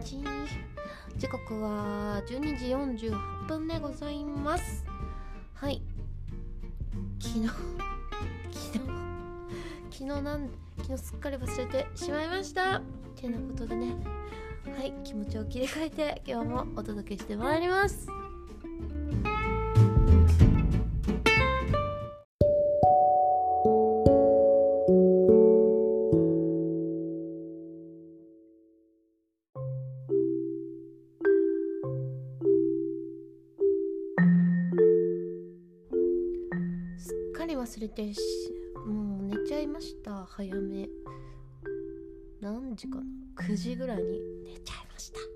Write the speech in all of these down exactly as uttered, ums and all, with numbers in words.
ち。時刻はじゅうにじよんじゅうはっぷんでございます。はい、昨日昨日昨日なん昨日すっかり忘れてしまいましたってなことでね、はい、気持ちを切り替えて今日もお届けしてまいります。すっかり忘れてしもう寝ちゃいました。早め何時かな、くじぐらいに寝ちゃいました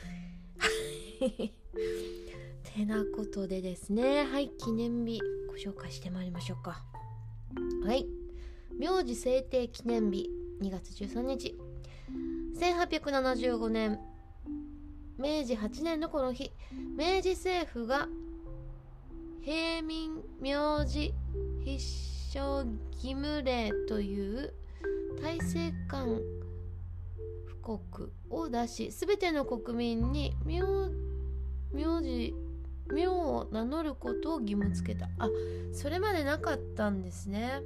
てなことでですね、はい、記念日ご紹介してまいりましょうか。はい、名字制定記念日にがつじゅうさんにち、せんはっぴゃくななじゅうごねんめいじはちねんのこの日、明治政府が平民名字必勝義務令という大政官布告を出し、すべての国民に名名字名を名乗ることを義務付けた。あ、それまでなかったんですね。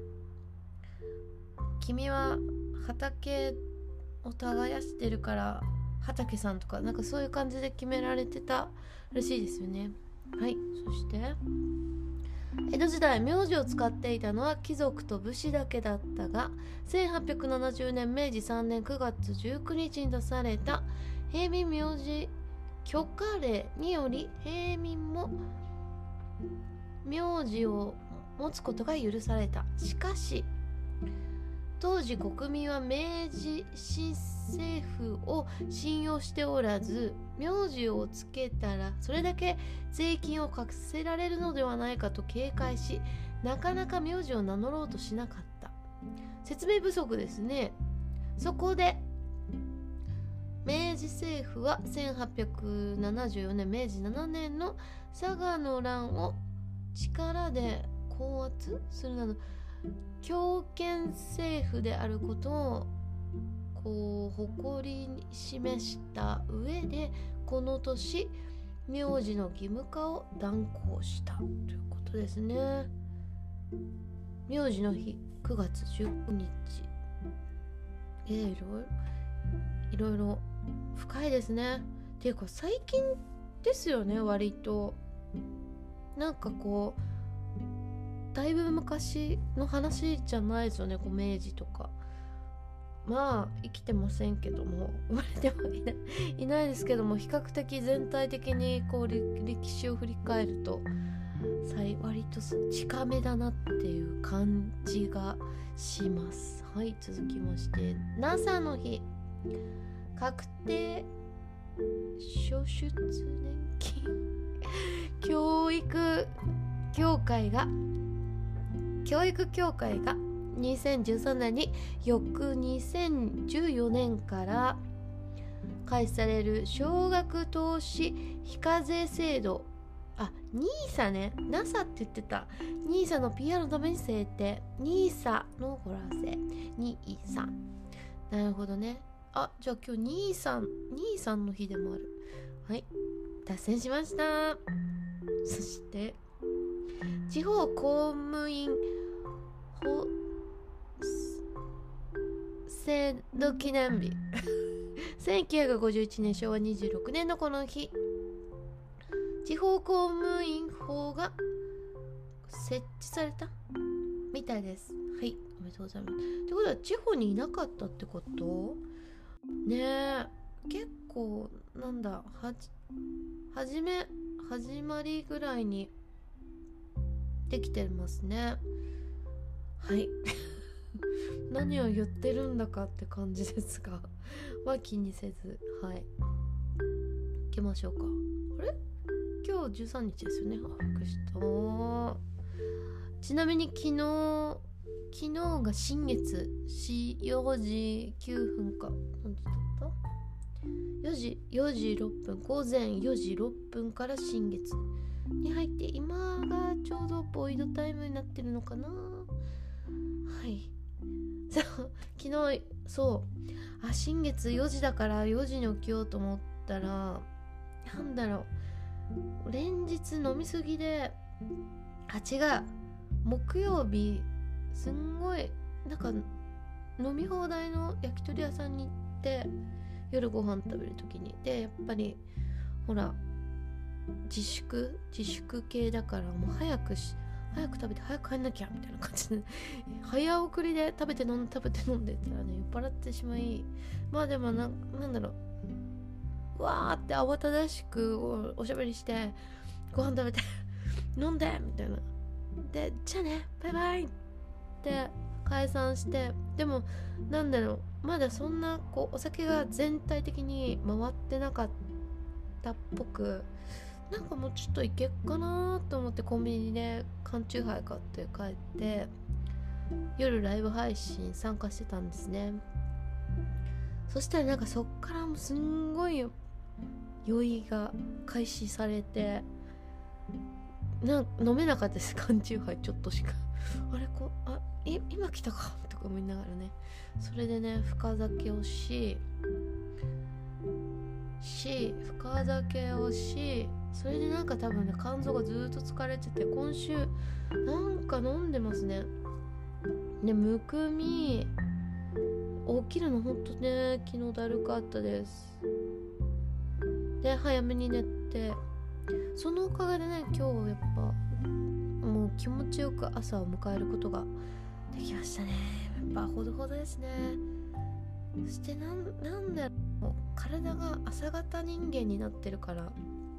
君は畑を耕してるから畑さんとか、なんかそういう感じで決められてたらしいですよね。はい、そして江戸時代、名字を使っていたのは貴族と武士だけだったが、せんはっぴゃくななじゅうねんめいじさんねんくがつじゅうくにちに出された平民名字許可令により、平民も名字を持つことが許された。しかし当時国民は明治新政府を信用しておらず、名字をつけたらそれだけ税金を課せられるのではないかと警戒し、なかなか名字を名乗ろうとしなかった。説明不足ですね。そこで明治政府はせんはっぴゃくななじゅうよねんめいじななねんの佐賀の乱を力で高圧するなど強権政府であることをこう誇りに示した上で、この年名字の義務化を断行したということですね。名字の日くがつじゅうくにち、えー、いろいろいろいろ深いですね。っていうか最近ですよね。割となんかこうだいぶ昔の話じゃないですよね。こう明治とか、まあ生きてませんけども、生まれてもいない、いないですけども、比較的全体的にこう歴史を振り返ると割と近めだなっていう感じがします。はい、続きまして ナサ の日、確定拠出年金教育協会が教育協会がにせんじゅうさんねんに翌にせんじゅうよねんから開始される少額投資非課税制度、あ、ニーサ ね、 ナサ って言ってた。 ニーサ の ピーアール のために制定。 ニーサ の語呂合わせ ニーサ。 なるほどね。あ、じゃあ今日ニーサ ニーサの日でもある。はい、脱線しました。そして地方公務員法制度記念日せんきゅうひゃくごじゅういちねんしょうわにじゅうろくねんのこの日、地方公務員法が設置されたみたいです。はい、おめでとうございます。ってことは地方にいなかったってことねえ。結構なんだ、はじはじめ始まりぐらいにできてますね。はい何を言ってるんだかって感じですがは気にせず、はい、行きましょうか。あれ今日じゅうさんにちですよね。あ、びっくりした。ちなみに昨日昨日が新月よじきゅうふんか、何時だったよじよじろっぷん、午前よじろっぷんから新月に入って、今がちょうどボイドタイムになってるのかな。はい、そう昨日そうあ新月よじだからよじに起きようと思っったらなんだろう、連日飲みすぎで、あ違う木曜日すんごいなんか飲み放題の焼き鳥屋さんに行って夜ご飯食べるときにでやっぱりほら自粛自粛系だからもう早くし早く食べて早く帰んなきゃみたいな感じで早送りで食べて飲んで食べて飲んでったらね酔っ払ってしまい、まあでも な, なんだろうわーって慌ただしく お, おしゃべりしてご飯食べて飲んでみたいなでじゃあねバイバイって解散して、でもなんだろうまだそんなこうお酒が全体的に回ってなかったっぽく、なんかもうちょっといけっかなと思ってコンビニで缶チューハイ買って帰って夜ライブ配信参加してたんですね。そしたらなんかそっからもすんごい酔いが開始されてなん飲めなかったです。缶チューハイちょっとしかあれこあい今来たかとか思いながらね、それでね深酒をしし深酒をしそれでなんか多分ね肝臓がずっと疲れてて今週なんか飲んでますね。でむくみ起きるのほんとね昨日だるかったです。で早めに寝てそのおかげでね今日やっぱもう気持ちよく朝を迎えることができましたね。やっぱほどほどですね。そしてなんなんだろう体が朝型人間になってるから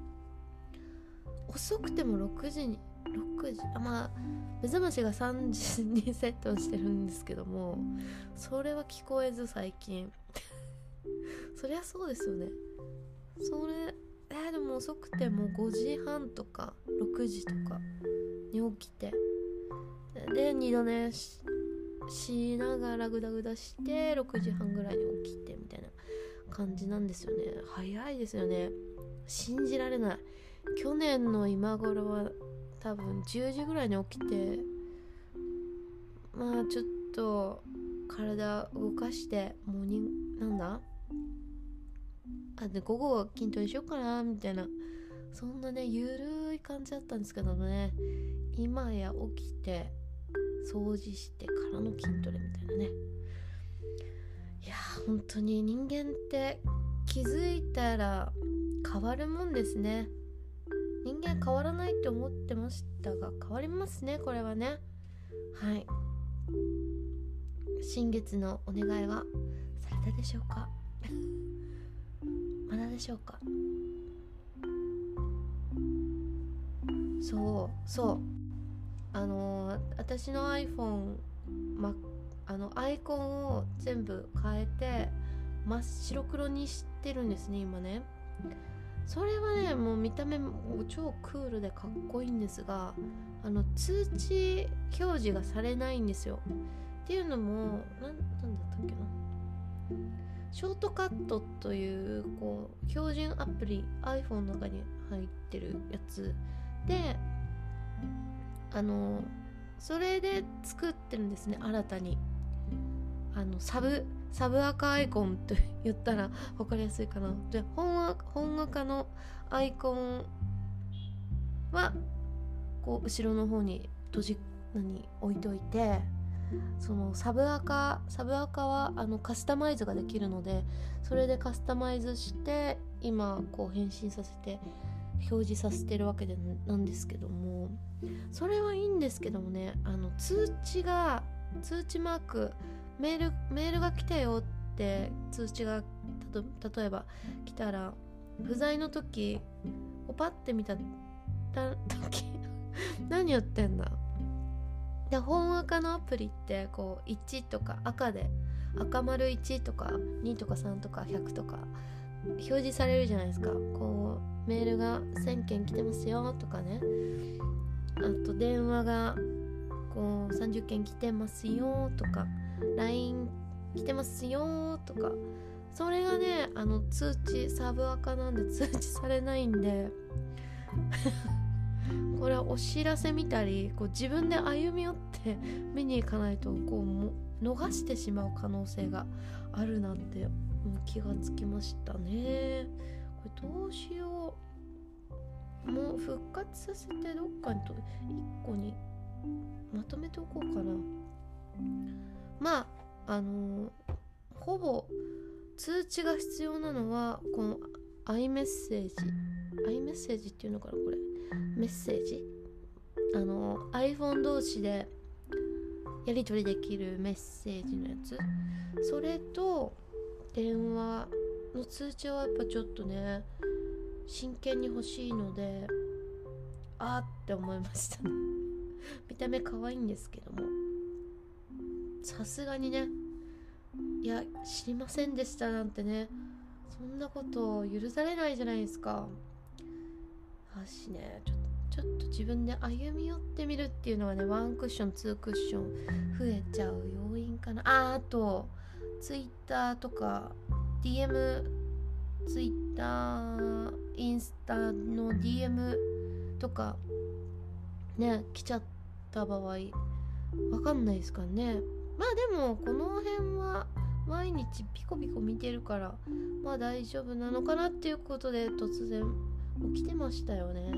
遅くてもろくじにろくじあまあ目覚ましがさんじにセットしてるんですけどもそれは聞こえず最近そりゃそうですよね。それえー、でも遅くてもごじはんとかろくじとかに起きてで二度寝 し, しながらグダグダしてろくじはんぐらいに起きてみたいな感じなんですよね。早いですよね。信じられない。去年の今頃は多分じゅうじぐらいに起きてまあちょっと体動かしてもうになんだあで午後は筋トレしようかなみたいなそんなねゆるい感じだったんですけどね、今や起きて掃除してからの筋トレみたいなね。いや本当に人間って気づいたら変わるもんですね。人間変わらないって思ってましたが変わりますねこれはね。はい、新月のお願いはされたでしょうかまだでしょうか。そうそうあのー、私の iPhone、ま、あのアイコンを全部変えて真っ白黒にしてるんですね今ね。それはねもう見た目も超クールでかっこいいんですがあの通知表示がされないんですよ。っていうのもな ん, なんだったっけなショートカットというこう標準アプリ iPhone の中に入ってるやつであのそれで作ってるんですね新たに。あのサブサブアカアイコンと言ったら分かりやすいかな。で本赤本赤のアイコンはこう後ろの方に閉じ何置いといて、そのサブアカサブアカはあのカスタマイズができるのでそれでカスタマイズして今こう返信させて表示させてるわけでなんですけども、それはいいんですけどもねあの通知が通知マークメールメールが来たよって通知がたと例えば来たら不在の時こうパッて見た時何やってんだで本赤のアプリってこういちとか赤で赤丸いちとかにとかさんとかひゃくとか表示されるじゃないですか。こうメールがせんけん来てますよとかね、あと電話がこうさんじゅっけん来てますよとか ライン 来てますよとか、それがねあの通知サブアカなんで通知されないんでこれはお知らせ見たりこう自分で歩み寄って見に行かないとこうも逃してしまう可能性があるなって気がつきましたね。 れどうしよう、もう復活させてどっかにといっこにまとめておこうかな。まああのー、ほぼ通知が必要なのはこの iMessage iMessage っていうのかな、これメッセージ、あの iPhone 同士でやり取りできるメッセージのやつ、それと電話の通知はやっぱちょっとね真剣に欲しいので、あーって思いましたね見た目可愛いんですけども、さすがにね、いや知りませんでしたなんてね、そんなこと許されないじゃないですか。私ね、ちょっとちょっと自分で歩み寄ってみるっていうのはね、ワンクッションツークッション増えちゃう要因かな。あ、あとツイッターとか ディーエム、 ツイッターインスタの ディーエム とかね来ちゃった場合わかんないですからね。まあでもこの辺は毎日ピコピコ見てるからまあ大丈夫なのかなっていうことで突然起きてましたよね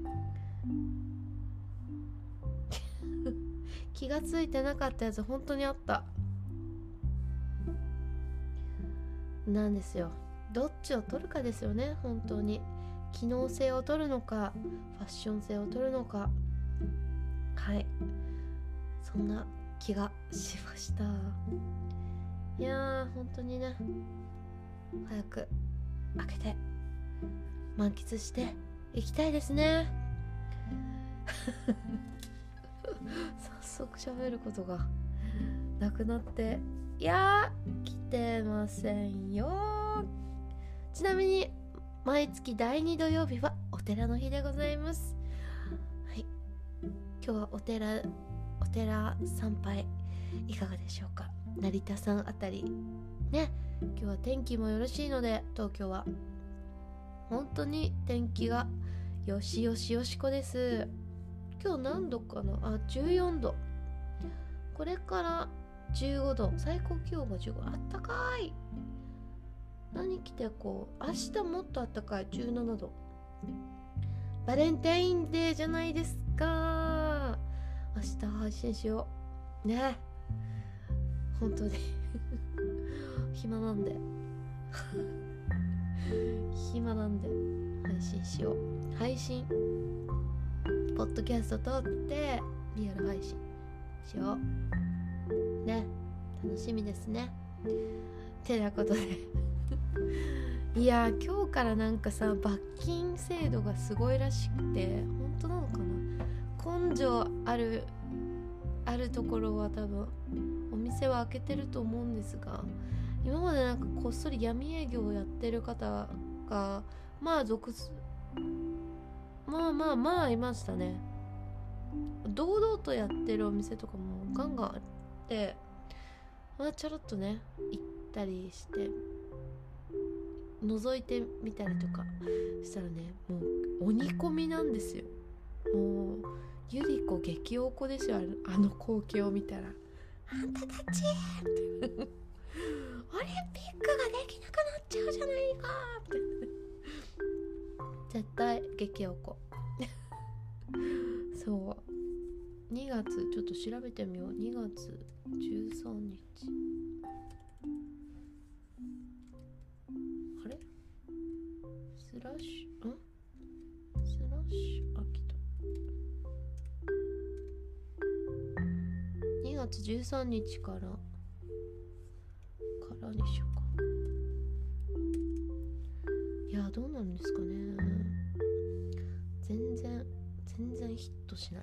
気がついてなかったやつ本当にあったなんですよ。どっちを取るかですよね。本当に機能性を取るのかファッション性を取るのか、はい、そんな気がしました。いやー本当にね、早く開けて満喫していきたいですね早速喋ることがなくなって、いやー来てませんよ。ちなみに毎月だいに土曜日はお寺の日でございます。はい、今日はお寺お寺参拝いかがでしょうか。成田さんあたりね、今日は天気もよろしいので、東京は本当に天気がよしよしよしこです。今日何度かなあ、じゅうよんど、これからじゅうごど、最高気温がじゅうご、あったかい。何着てこう、明日もっとあったかい、じゅうななど。バレンタインデーじゃないですか。明日配信しようね。本当に暇なんで暇なんで配信しよう。配信ポッドキャスト撮ってリアル配信しようね。楽しみですね。てなことでいや今日からなんかさ、罰金制度がすごいらしくて、本当なのかな。根性あるあるところは多分お店は開けてると思うんですが、今までなんかこっそり闇営業をやってる方がまあ続まあまあまあいましたね。堂々とやってるお店とかもガンガンあって、まあちょろっとね行ったりして覗いてみたりとかしたらね、もう鬼込みなんですよ。もうゆり子激おこですよ、あの光景を見たら。あんたたちオリンピックができなくなっちゃうじゃないかって絶対激おこそうにがつちょっと調べてみよう。にがつじゅうさんにち、あれスラッシュんスラッシュ、あ、来た。にがつじゅうさんにちからからにしようか。いやどうなんですかね。全然全然ヒットしない。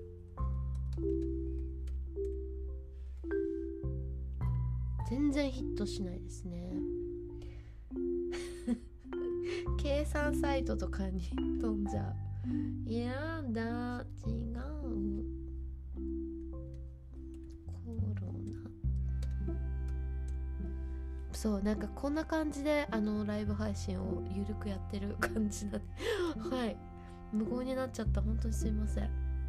全然ヒットしないですね計算サイトとかに飛んじゃう。いやだ、違う。そうなんかこんな感じであのライブ配信をゆるくやってる感じなんではい無言になっちゃった、本当にすいません。い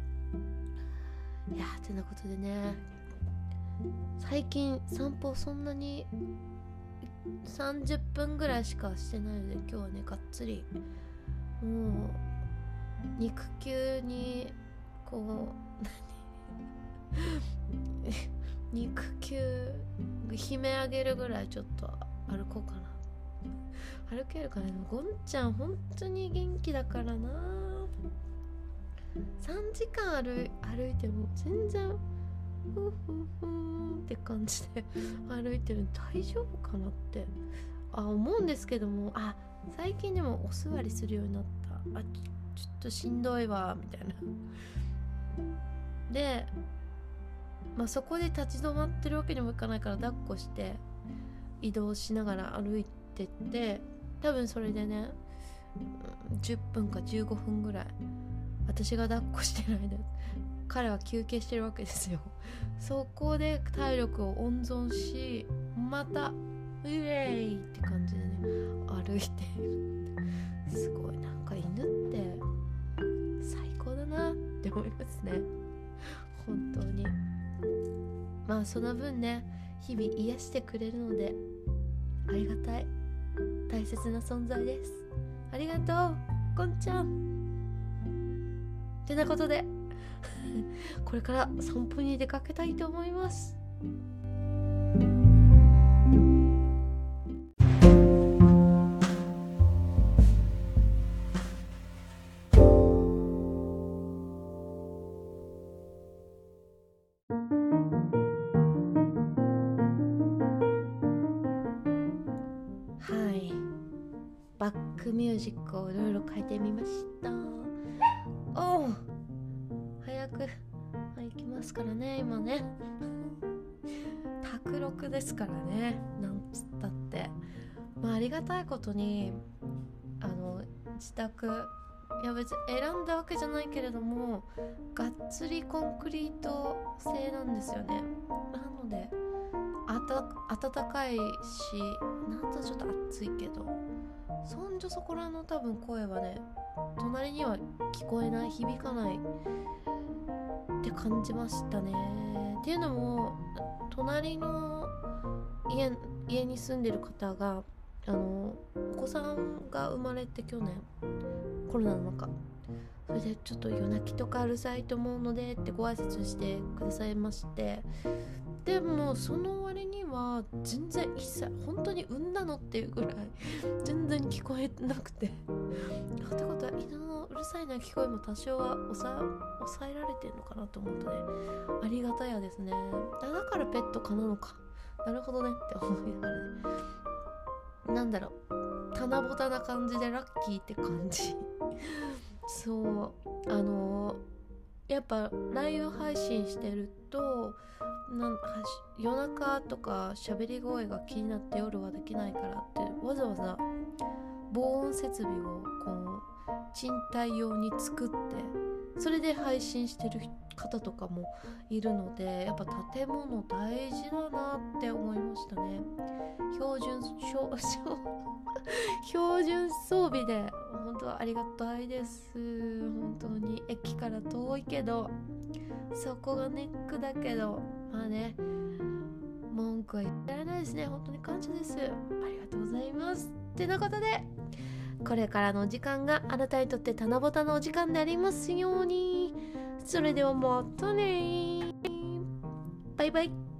やーてなことでね、最近散歩そんなにさんじゅっぷんぐらいしかしてないので、今日はねがっつりもう肉球にこう肉球悲鳴上げるぐらいちょっと歩こうかな。歩けるかな。ゴンちゃん本当に元気だからな。さんじかん歩い、歩いても全然ふんふんふんって感じで歩いてる。大丈夫かなってあ思うんですけども、あ最近でもお座りするようになった。あちょちょっとしんどいわみたいな。でまあそこで立ち止まってるわけにもいかないから、抱っこして移動しながら歩いてって、多分それでねじゅっぷんかじゅうごふんぐらい私が抱っこしてる間彼は休憩してるわけですよ。そこで体力を温存し、またウェイって感じでね歩いてる。すごい、なんか犬って最高だなって思いますね、本当に。まあその分ね日々癒してくれるのでありがたい、大切な存在です。ありがとうゴンちゃん。てなことでこれから散歩に出かけたいと思います。バックミュージックをいろいろ変えてみました。おう早く行きますからね今ね卓録ですからね、なんつったって。まあありがたいことにあの自宅、いや別に選んだわけじゃないけれどもがっつりコンクリート製なんですよね。なのであた暖かいし、なんとちょっと暑いけど、そんじょそこらの多分声はね隣には聞こえない、響かないって感じましたね。っていうのも隣の 家, 家に住んでる方があのお子さんが生まれて去年コロナの中、それでちょっと夜泣きとかうるさいと思うのでってご挨拶してくださいまして、でもその割には全然一切本当に産んだのっていうぐらい全然聞こえなくて、ってことは犬のうるさい鳴き声も多少は抑え、抑えられてるのかなと思うとねありがたやですね。だからペット可なのか、なるほどねって思いながらね、なんだろう棚ぼたな感じでラッキーって感じそうあのー、やっぱライブ配信してるとなん夜中とか喋り声が気になって夜はできないからってわざわざ防音設備をこう賃貸用に作ってそれで配信してる方とかもいるので、やっぱ建物大事だなって思いましたね。標準標準装備で本当ありがたいです。本当に駅から遠いけどそこがネックだけど、まあね文句は言ってられないですね。本当に感謝です。ありがとうございます。ってなことでこれからのお時間があなたにとって七夕のお時間でありますように。それではまたね、バイバイ。